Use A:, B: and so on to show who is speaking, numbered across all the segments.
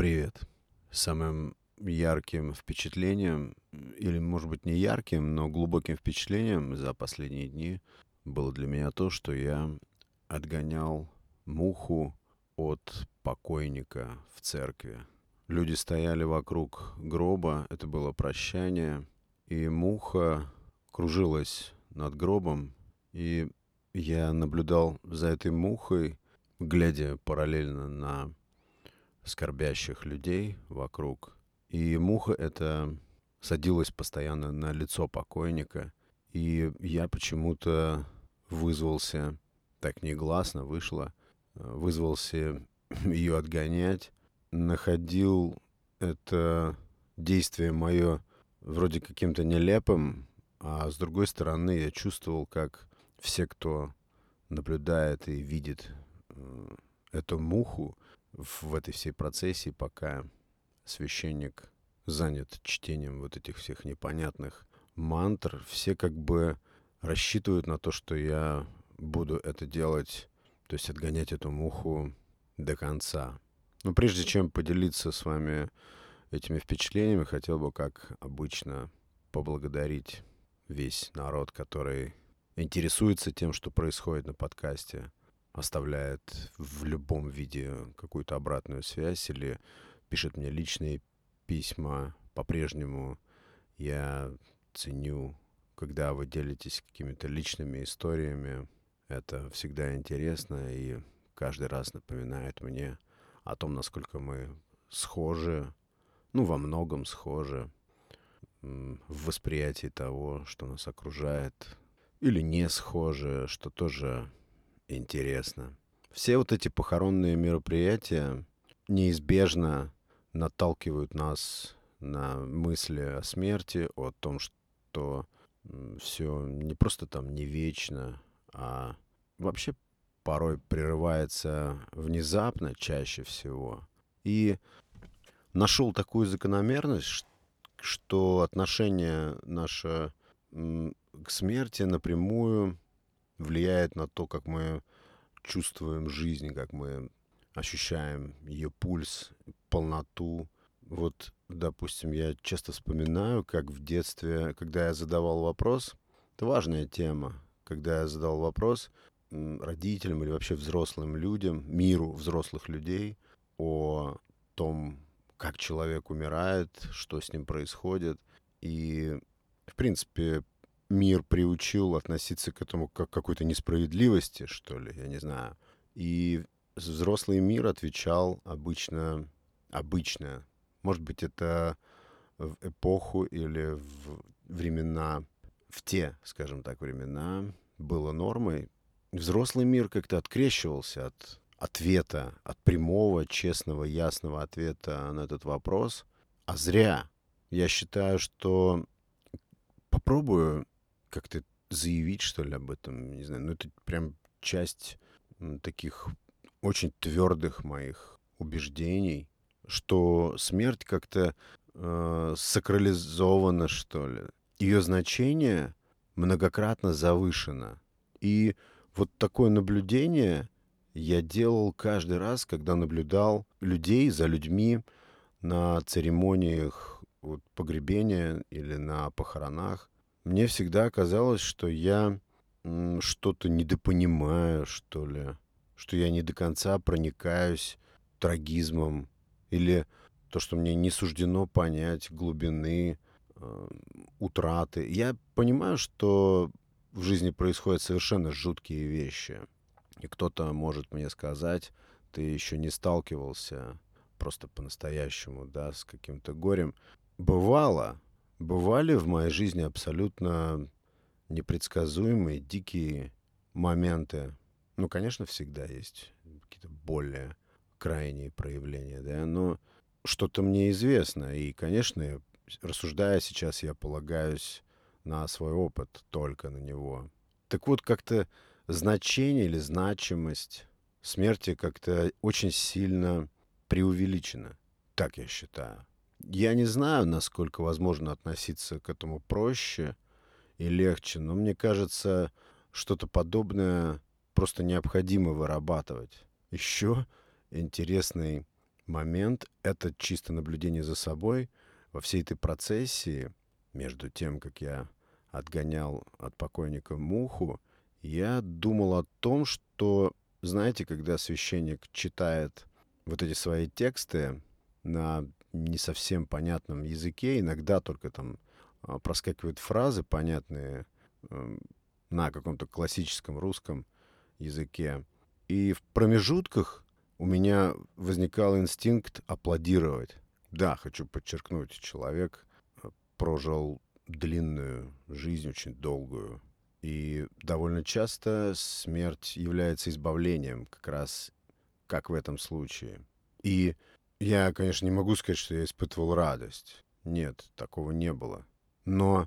A: Привет. Самым ярким впечатлением, или, может быть, не ярким, но глубоким впечатлением за последние дни было для меня то, что я отгонял муху от покойника в церкви. Люди стояли вокруг гроба, это было прощание, и муха кружилась над гробом, и я наблюдал за этой мухой, глядя параллельно на скорбящих людей вокруг. И муха эта садилась постоянно на лицо покойника. И я почему-то вызвался, так негласно вышло, вызвался ее отгонять. Находил это действие мое вроде каким-то нелепым, а с другой стороны я чувствовал, как все, кто наблюдает и видит эту муху в этой всей процессии, пока священник занят чтением вот этих всех непонятных мантр, все как бы рассчитывают на то, что я буду это делать, то есть отгонять эту муху до конца. Но прежде чем поделиться с вами этими впечатлениями, хотел бы, как обычно, поблагодарить весь народ, который интересуется тем, что происходит на подкасте, оставляет в любом виде какую-то обратную связь или пишет мне личные письма. По-прежнему я ценю, когда вы делитесь какими-то личными историями. Это всегда интересно и каждый раз напоминает мне о том, насколько мы схожи, ну, во многом схожи в восприятии того, что нас окружает, или не схожи, что тоже интересно. Все вот эти похоронные мероприятия неизбежно наталкивают нас на мысли о смерти, о том, что все не просто там не вечно, а вообще порой прерывается внезапно, чаще всего. И нашел такую закономерность, что отношение наше к смерти напрямую влияет на то, как мы чувствуем жизнь, как мы ощущаем ее пульс, полноту. Вот, допустим, я часто вспоминаю, как в детстве, когда я задавал вопрос, это важная тема, когда я задал вопрос родителям или вообще взрослым людям, миру взрослых людей о том, как человек умирает, что с ним происходит. И, в принципе, мир приучил относиться к этому как к какой-то несправедливости, что ли, я не знаю. И взрослый мир отвечал обычно. Может быть, это в эпоху или в времена, в те, скажем так, времена было нормой. Взрослый мир как-то открещивался от ответа, от прямого, честного, ясного ответа на этот вопрос. А зря. Я считаю, что попробую как-то заявить, что ли, об этом, не знаю. Ну, это прям часть таких очень твердых моих убеждений, что смерть как-то сакрализована, что ли. Ее значение многократно завышено. И вот такое наблюдение я делал каждый раз, когда наблюдал людей за людьми на церемониях вот, погребения или на похоронах. Мне всегда казалось, что я что-то недопонимаю, что ли, что я не до конца проникаюсь трагизмом или то, что мне не суждено понять глубины утраты. Я понимаю, что в жизни происходят совершенно жуткие вещи. И кто-то может мне сказать, ты еще не сталкивался просто по-настоящему, да, с каким-то горем. Бывали в моей жизни абсолютно непредсказуемые, дикие моменты. Ну, конечно, всегда есть какие-то более крайние проявления, да, но что-то мне известно. И, конечно, рассуждая сейчас, я полагаюсь на свой опыт, только на него. Так вот, как-то значение или значимость смерти как-то очень сильно преувеличено. Так я считаю. Я не знаю, насколько возможно относиться к этому проще и легче, но мне кажется, что-то подобное просто необходимо вырабатывать. Еще интересный момент — это чисто наблюдение за собой во всей этой процессии. Между тем, как я отгонял от покойника муху, я думал о том, что, знаете, когда священник читает вот эти свои тексты на не совсем понятном языке, иногда только там проскакивают фразы понятные м, на каком-то классическом русском языке. И в промежутках у меня возникал инстинкт аплодировать. Да, хочу подчеркнуть, человек прожил длинную жизнь, очень долгую. И довольно часто смерть является избавлением, как раз как в этом случае. И я, конечно, не могу сказать, что я испытывал радость. Нет, такого не было. Но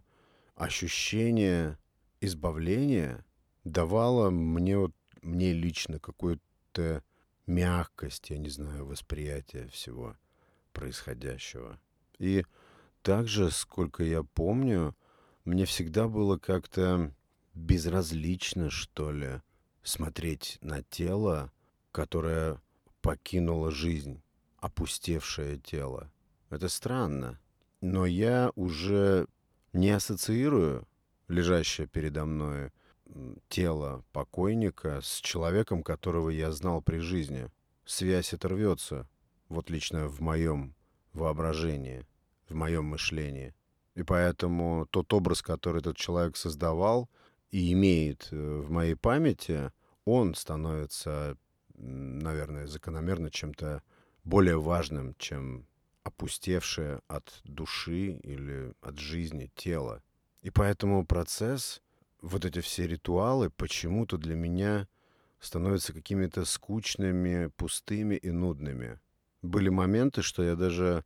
A: ощущение избавления давало мне, мне лично какую-то мягкость, я не знаю, восприятие всего происходящего. И также, сколько я помню, мне всегда было как-то безразлично, что ли, смотреть на тело, которое покинуло жизнь, опустевшее тело. Это странно. Но я уже не ассоциирую лежащее передо мной тело покойника с человеком, которого я знал при жизни. Связь эта рвется, вот лично в моем воображении, в моем мышлении. И поэтому тот образ, который этот человек создавал и имеет в моей памяти, он становится, наверное, закономерно чем-то более важным, чем опустевшее от души или от жизни тело. И поэтому процесс, вот эти все ритуалы почему-то для меня становятся какими-то скучными, пустыми и нудными. Были моменты, что я даже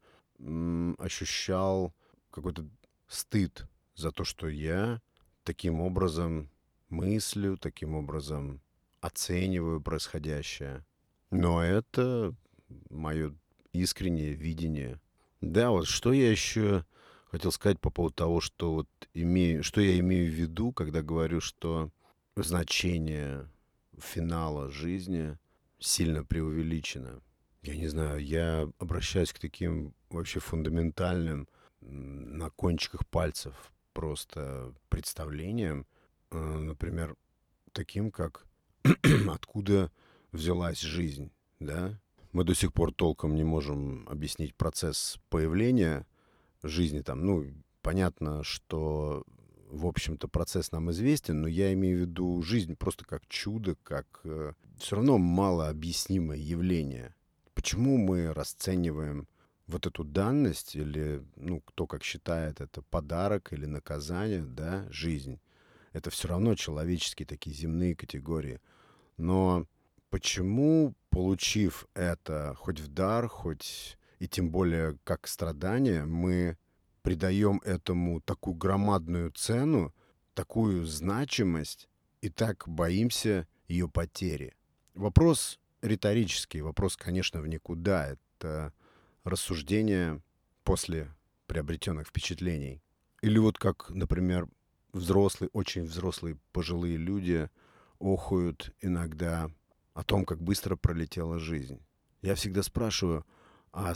A: ощущал какой-то стыд за то, что я таким образом мыслю, таким образом оцениваю происходящее. Но это мое искреннее видение. Да, вот что я еще хотел сказать по поводу того, что вот что я имею в виду, когда говорю, что значение финала жизни сильно преувеличено. Я не знаю, я обращаюсь к таким вообще фундаментальным, на кончиках пальцев просто представлениям, например, таким как откуда взялась жизнь, да? Мы до сих пор толком не можем объяснить процесс появления жизни там. Ну, понятно, что, в общем-то, процесс нам известен, но я имею в виду жизнь просто как чудо, как все равно малообъяснимое явление. Почему мы расцениваем вот эту данность, или, ну, кто как считает, это подарок или наказание, да, жизнь? Это все равно человеческие такие земные категории. Но почему, получив это хоть в дар, хоть и тем более как страдание, мы придаем этому такую громадную цену, такую значимость и так боимся ее потери? Вопрос риторический, вопрос, конечно, в никуда. Это рассуждение после приобретенных впечатлений. Или вот как, например, взрослые, очень взрослые пожилые люди охают иногда о том, как быстро пролетела жизнь. Я всегда спрашиваю, а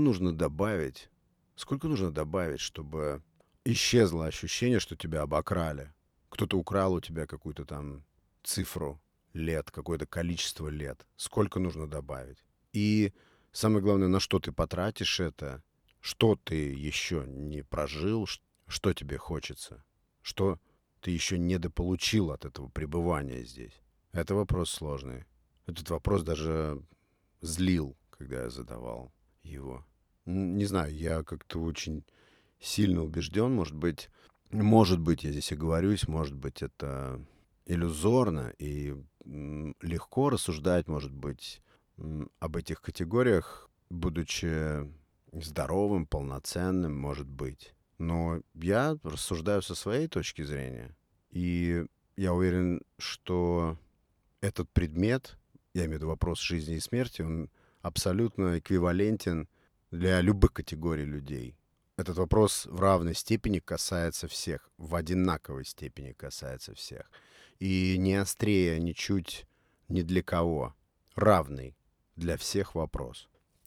A: сколько нужно добавить, чтобы исчезло ощущение, что тебя обокрали? Кто-то украл у тебя какую-то там цифру лет, какое-то количество лет. Сколько нужно добавить? И самое главное, на что ты потратишь это, что ты еще не прожил, что тебе хочется, что ты еще недополучил от этого пребывания здесь. Это вопрос сложный. Этот вопрос даже злил, когда я задавал его. Не знаю, я как-то очень сильно убежден, может быть, я здесь оговорюсь, может быть, это иллюзорно и легко рассуждать, может быть, об этих категориях, будучи здоровым, полноценным, может быть. Но я рассуждаю со своей точки зрения. И я уверен, что этот предмет, я имею в виду вопрос жизни и смерти, он абсолютно эквивалентен для любых категорий людей. Этот вопрос в равной степени касается всех, в одинаковой степени касается всех. И не острее ничуть ни для кого. Равный для всех вопрос.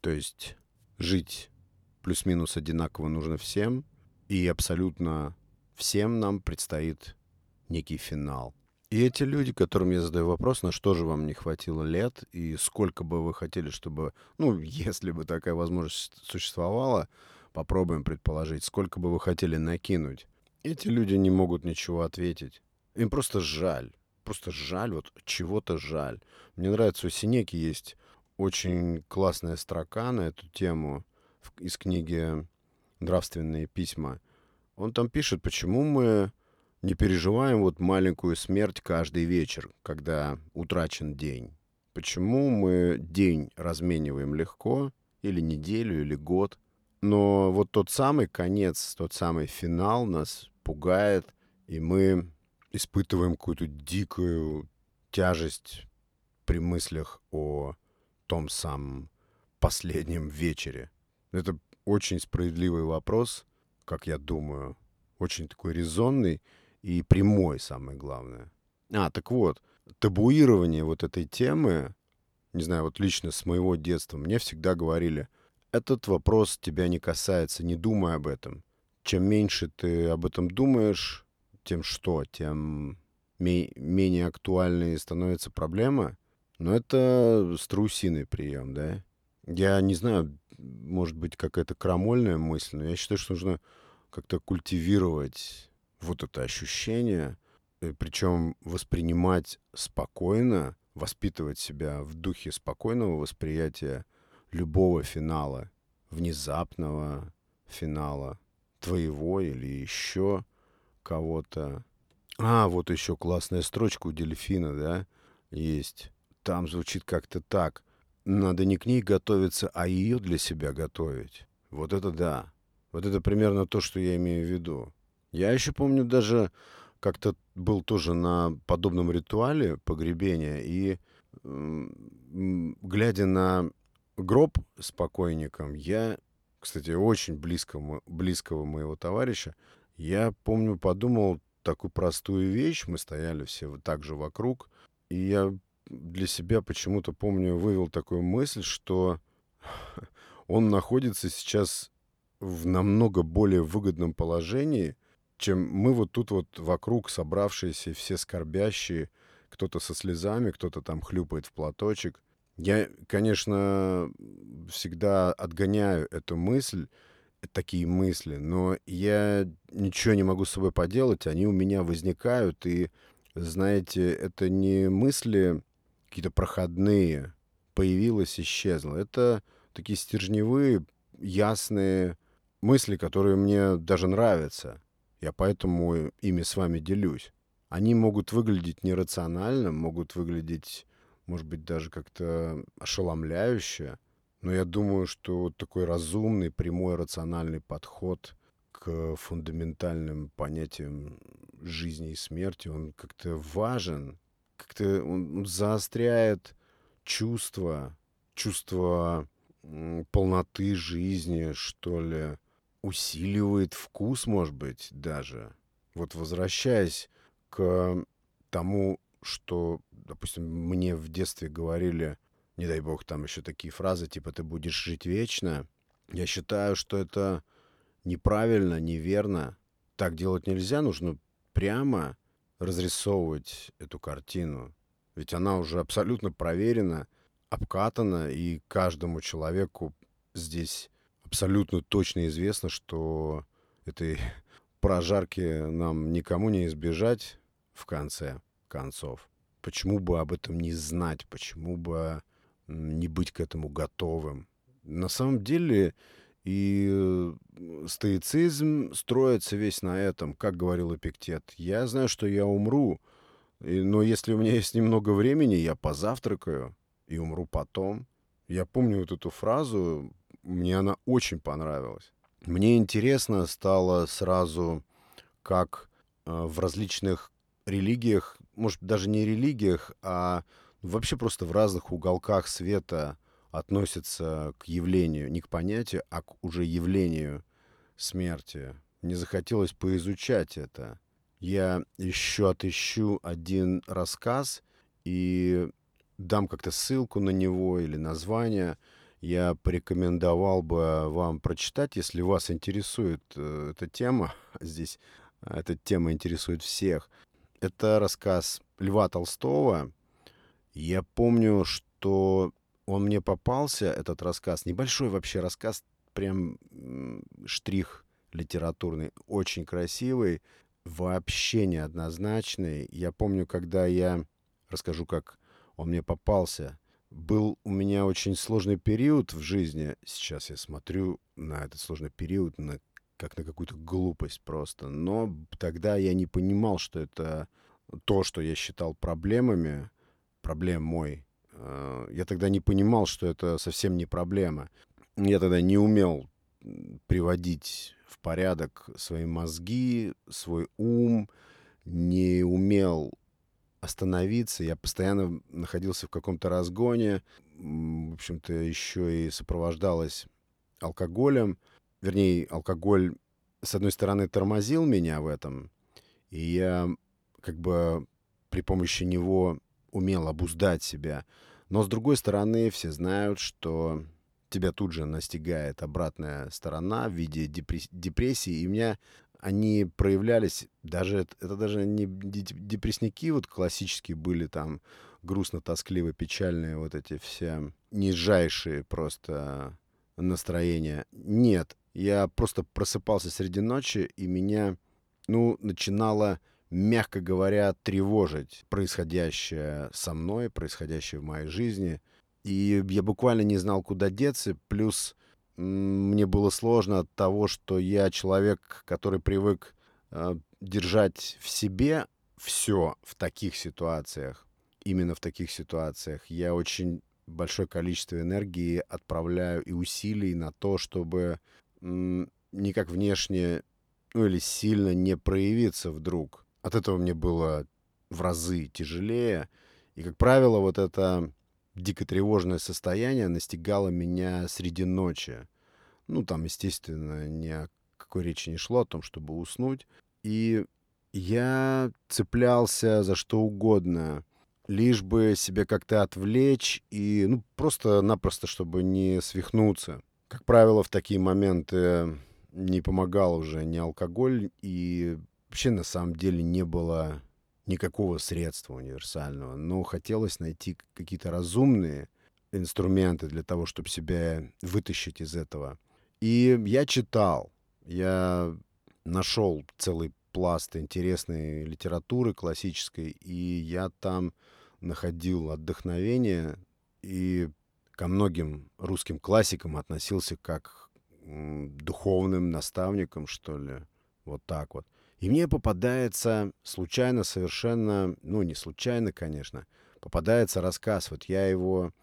A: То есть жить плюс-минус одинаково нужно всем, и абсолютно всем нам предстоит некий финал. И эти люди, которым я задаю вопрос, на что же вам не хватило лет, и сколько бы вы хотели, чтобы, ну, если бы такая возможность существовала, попробуем предположить, сколько бы вы хотели накинуть. Эти люди не могут ничего ответить. Им просто жаль. Просто жаль, вот чего-то жаль. Мне нравится, у Сенеки есть очень классная строка на эту тему из книги «Нравственные письма». Он там пишет, почему мы не переживаем вот маленькую смерть каждый вечер, когда утрачен день. Почему мы день размениваем легко, или неделю, или год. Но вот тот самый конец, тот самый финал нас пугает, и мы испытываем какую-то дикую тяжесть при мыслях о том самом последнем вечере. Это очень справедливый вопрос, как я думаю, очень такой резонный и прямой, самое главное. Так вот, табуирование вот этой темы, не знаю, вот лично с моего детства, мне всегда говорили, этот вопрос тебя не касается, не думай об этом. Чем меньше ты об этом думаешь, тем менее актуальной становится проблема. Но это страусиный прием, да? Я не знаю, может быть, какая-то крамольная мысль, но я считаю, что нужно как-то культивировать вот это ощущение, причем воспринимать спокойно, воспитывать себя в духе спокойного восприятия любого финала, внезапного финала, твоего или еще кого-то. Вот еще классная строчка у дельфина, да, есть. Там звучит как-то так. Надо не к ней готовиться, а ее для себя готовить. Вот это да. Вот это примерно то, что я имею в виду. Я еще помню даже как-то был тоже на подобном ритуале погребения, и глядя на гроб с покойником, я, кстати, очень близкого моего товарища, я помню, подумал такую простую вещь. Мы стояли все вот так же вокруг, и я для себя почему-то, помню, вывел такую мысль, что он находится сейчас в намного более выгодном положении, чем мы вот тут вот вокруг собравшиеся, все скорбящие, кто-то со слезами, кто-то там хлюпает в платочек. Я, конечно, всегда отгоняю эту мысль, такие мысли, но я ничего не могу с собой поделать, они у меня возникают, и, знаете, это не мысли какие-то проходные, появилось, исчезло. Это такие стержневые, ясные мысли, которые мне даже нравятся. Я поэтому ими с вами делюсь. Они могут выглядеть нерационально, могут выглядеть, может быть, даже как-то ошеломляюще, но я думаю, что вот такой разумный, прямой, рациональный подход к фундаментальным понятиям жизни и смерти, он как-то важен, как-то он заостряет чувство полноты жизни, что ли, усиливает вкус, может быть, даже. Вот возвращаясь к тому, что, допустим, мне в детстве говорили, не дай бог, там еще такие фразы, типа «ты будешь жить вечно», я считаю, что это неправильно, неверно. Так делать нельзя, нужно прямо разрисовывать эту картину. Ведь она уже абсолютно проверена, обкатана, и каждому человеку здесь абсолютно точно известно, что этой прожарки нам никому не избежать в конце концов. Почему бы об этом не знать, почему бы не быть к этому готовым? На самом деле и стоицизм строится весь на этом, как говорил Эпиктет. Я знаю, что я умру, но если у меня есть немного времени, я позавтракаю и умру потом. Я помню вот эту фразу, мне она очень понравилась. Мне интересно стало сразу, как в различных религиях, может, даже не религиях, а вообще просто в разных уголках света относятся к явлению, не к понятию, а к уже явлению смерти. Мне захотелось поизучать это. Я еще отыщу один рассказ и дам как-то ссылку на него или название. я порекомендовал бы вам прочитать, если вас интересует эта тема. Здесь эта тема интересует всех. Это рассказ Льва Толстого. Я помню, что он мне попался, этот рассказ. Небольшой вообще рассказ, прям штрих литературный. Очень красивый, вообще неоднозначный. Я помню, когда я расскажу, как он мне попался. Был у меня очень сложный период в жизни. Сейчас я смотрю на этот сложный период как на какую-то глупость просто. Но тогда я не понимал, что это то, что я считал проблемами, проблемой. Я тогда не понимал, что это совсем не проблема. Я тогда не умел приводить в порядок свои мозги, свой ум, не умел остановиться. Я постоянно находился в каком-то разгоне. В общем-то, еще и сопровождалось алкоголем. Вернее, алкоголь, с одной стороны, тормозил меня в этом, и я как бы при помощи него умел обуздать себя. Но с другой стороны, все знают, что тебя тут же настигает обратная сторона в виде депрессии. И у меня они проявлялись, даже это даже не депрессники вот классические были там, грустно-тоскливо печальные вот эти все нижайшие просто настроения. Нет, я просто просыпался среди ночи, и меня, ну, начинало, мягко говоря, тревожить происходящее со мной, происходящее в моей жизни. И я буквально не знал, куда деться. Плюс мне было сложно от того, что я человек, который привык держать в себе все в таких ситуациях. Именно в таких ситуациях. Я очень большое количество энергии отправляю и усилий на то, чтобы никак внешне, ну или сильно не проявиться вдруг. От этого мне было в разы тяжелее. И, как правило, вот это дико тревожное состояние настигало меня среди ночи. Ну, там, естественно, ни о какой речи не шло о том, чтобы уснуть. И я цеплялся за что угодно, лишь бы себя как-то отвлечь и, ну, просто-напросто, чтобы не свихнуться. Как правило, в такие моменты не помогал уже ни алкоголь, и вообще на самом деле не было никакого средства универсального. Но хотелось найти какие-то разумные инструменты для того, чтобы себя вытащить из этого. И я читал, я нашел целый пласт интересной литературы классической, и я там находил отдохновение и ко многим русским классикам относился как к духовным наставникам, что ли, вот так вот. И мне попадается случайно совершенно, ну не случайно, конечно, попадается рассказ. Вот я его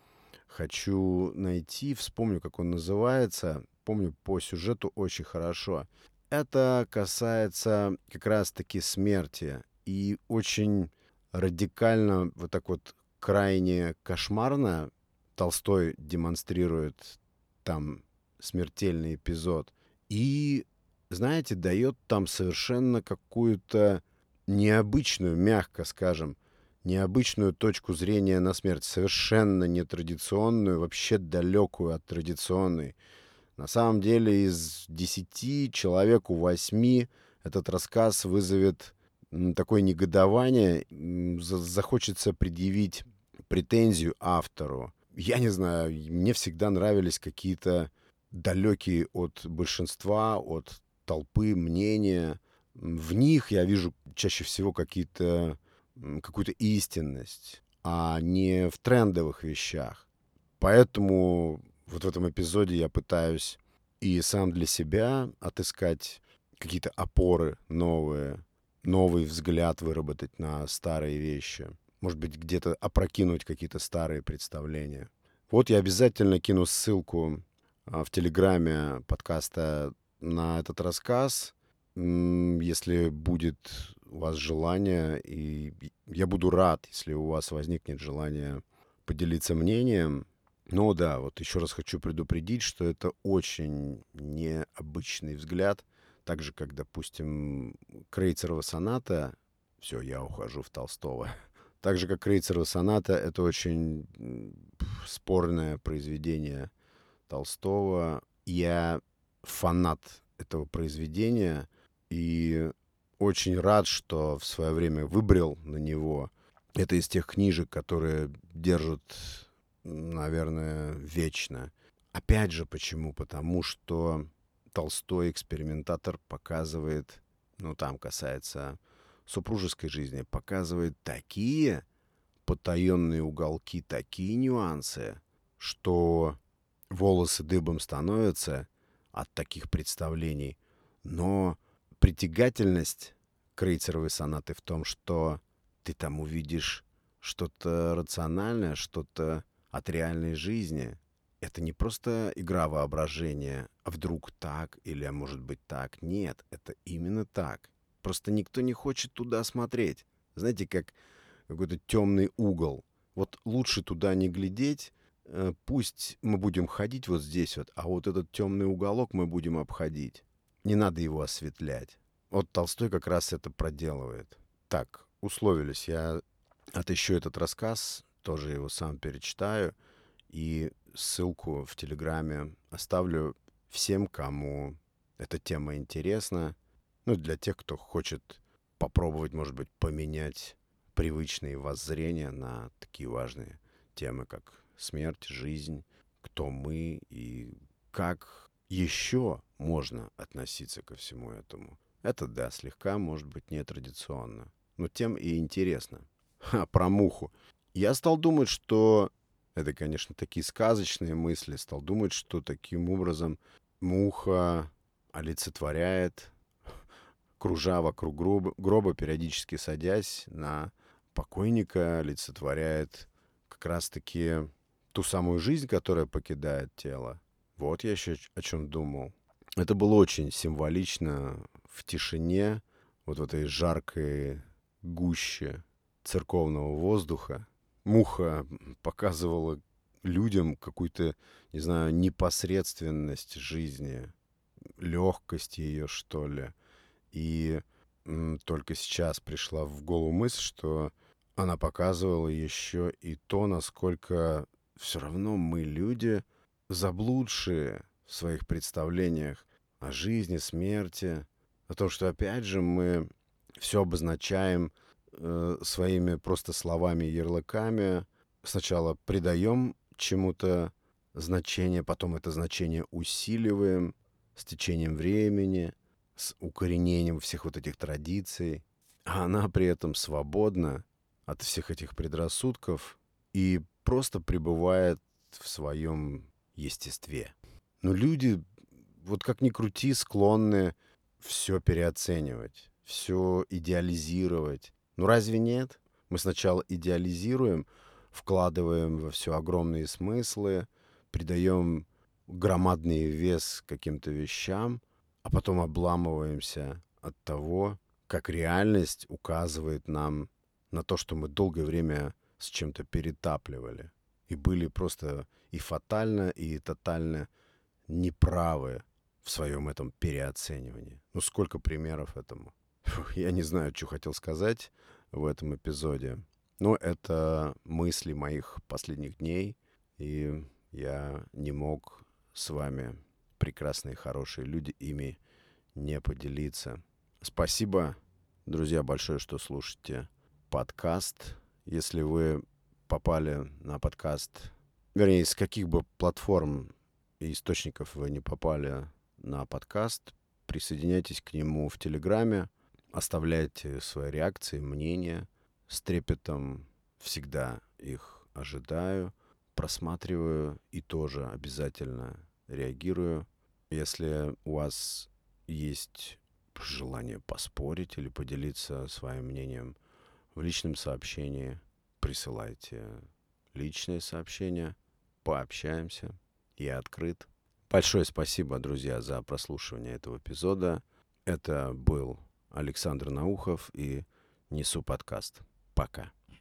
A: хочу найти, вспомню, как он называется. Помню по сюжету очень хорошо. Это касается как раз-таки смерти. И очень радикально, вот так вот крайне кошмарно Толстой демонстрирует там смертельный эпизод. И, знаете, дает там совершенно какую-то необычную, мягко скажем, необычную точку зрения на смерть, совершенно нетрадиционную, вообще далекую от традиционной. На самом деле из 10 человеку 8 этот рассказ вызовет такое негодование, захочется предъявить претензию автору. Я не знаю, мне всегда нравились какие-то далекие от большинства, от толпы мнения. В них я вижу чаще всего какую-то истинность, а не в трендовых вещах. Поэтому вот в этом эпизоде я пытаюсь и сам для себя отыскать какие-то опоры новые, новый взгляд выработать на старые вещи. Может быть, где-то опрокинуть какие-то старые представления. Вот я обязательно кину ссылку в Телеграме подкаста на этот рассказ, если будет у вас желание, и я буду рад, если у вас возникнет желание поделиться мнением. Но да, вот еще раз хочу предупредить, что это очень необычный взгляд, так же, как, допустим, Крейцерова соната, все, я ухожу в Толстого, так же, как Крейцерова соната, это очень спорное произведение Толстого. Я фанат этого произведения и очень рад, что в свое время выбрел на него. Это из тех книжек, которые держат, наверное, вечно. Опять же, почему? Потому что Толстой, экспериментатор, показывает, ну, там касается супружеской жизни, показывает такие потаенные уголки, такие нюансы, что волосы дыбом становятся от таких представлений. Но притягательность Крейцеровой сонаты в том, что ты там увидишь что-то рациональное, что-то от реальной жизни. Это не просто игра воображения, а вдруг так или, а может быть, так. Нет, это именно так. Просто никто не хочет туда смотреть. Знаете, как какой-то темный угол. Вот лучше туда не глядеть, пусть мы будем ходить вот здесь вот, а вот этот темный уголок мы будем обходить. Не надо его осветлять. Вот Толстой как раз это проделывает. Так, условились. Я отыщу этот рассказ, тоже его сам перечитаю, и ссылку в Телеграме оставлю всем, кому эта тема интересна. Ну, для тех, кто хочет попробовать, может быть, поменять привычные воззрения на такие важные темы, как смерть, жизнь, кто мы и как еще можно относиться ко всему этому. Это, да, слегка, может быть, нетрадиционно, но тем и интересно. Про муху. Я стал думать, что... Это, конечно, такие сказочные мысли. Стал думать, что таким образом муха олицетворяет, кружа вокруг гроба, периодически садясь на покойника, олицетворяет как раз-таки ту самую жизнь, которая покидает тело. Вот я еще о чем думал. Это было очень символично в тишине, вот в этой жаркой гуще церковного воздуха. Муха показывала людям какую-то, не знаю, непосредственность жизни, легкость ее, что ли. И только сейчас пришла в голову мысль, что она показывала еще и то, насколько все равно мы люди заблудшие в своих представлениях о жизни, смерти, о том, что опять же мы все обозначаем своими просто словами и ярлыками. Сначала придаем чему-то значение, потом это значение усиливаем с течением времени, с укоренением всех вот этих традиций. А она при этом свободна от всех этих предрассудков и просто пребывает в своем естестве. Но люди, вот как ни крути, склонны все переоценивать, все идеализировать. Ну разве нет? Мы сначала идеализируем, вкладываем во все огромные смыслы, придаем громадный вес каким-то вещам, а потом обламываемся от того, как реальность указывает нам на то, что мы долгое время с чем-то перетапливали и были просто и фатально, и тотально неправы в своем этом переоценивании. Ну, сколько примеров этому? Я не знаю, что хотел сказать в этом эпизоде, но это мысли моих последних дней, и я не мог с вами, прекрасные, хорошие люди, ими не поделиться. Спасибо, друзья, большое, что слушаете подкаст. Если вы попали на подкаст, вернее, с каких бы платформ и источников вы не попали на подкаст, присоединяйтесь к нему в Телеграме, оставляйте свои реакции, мнения. С трепетом всегда их ожидаю, просматриваю и тоже обязательно реагирую. Если у вас есть желание поспорить или поделиться своим мнением в личном сообщении, присылайте личное сообщение, пообщаемся. Я открыт. Большое спасибо, друзья, за прослушивание этого эпизода. Это был Александр Наухов и Несу подкаст. Пока.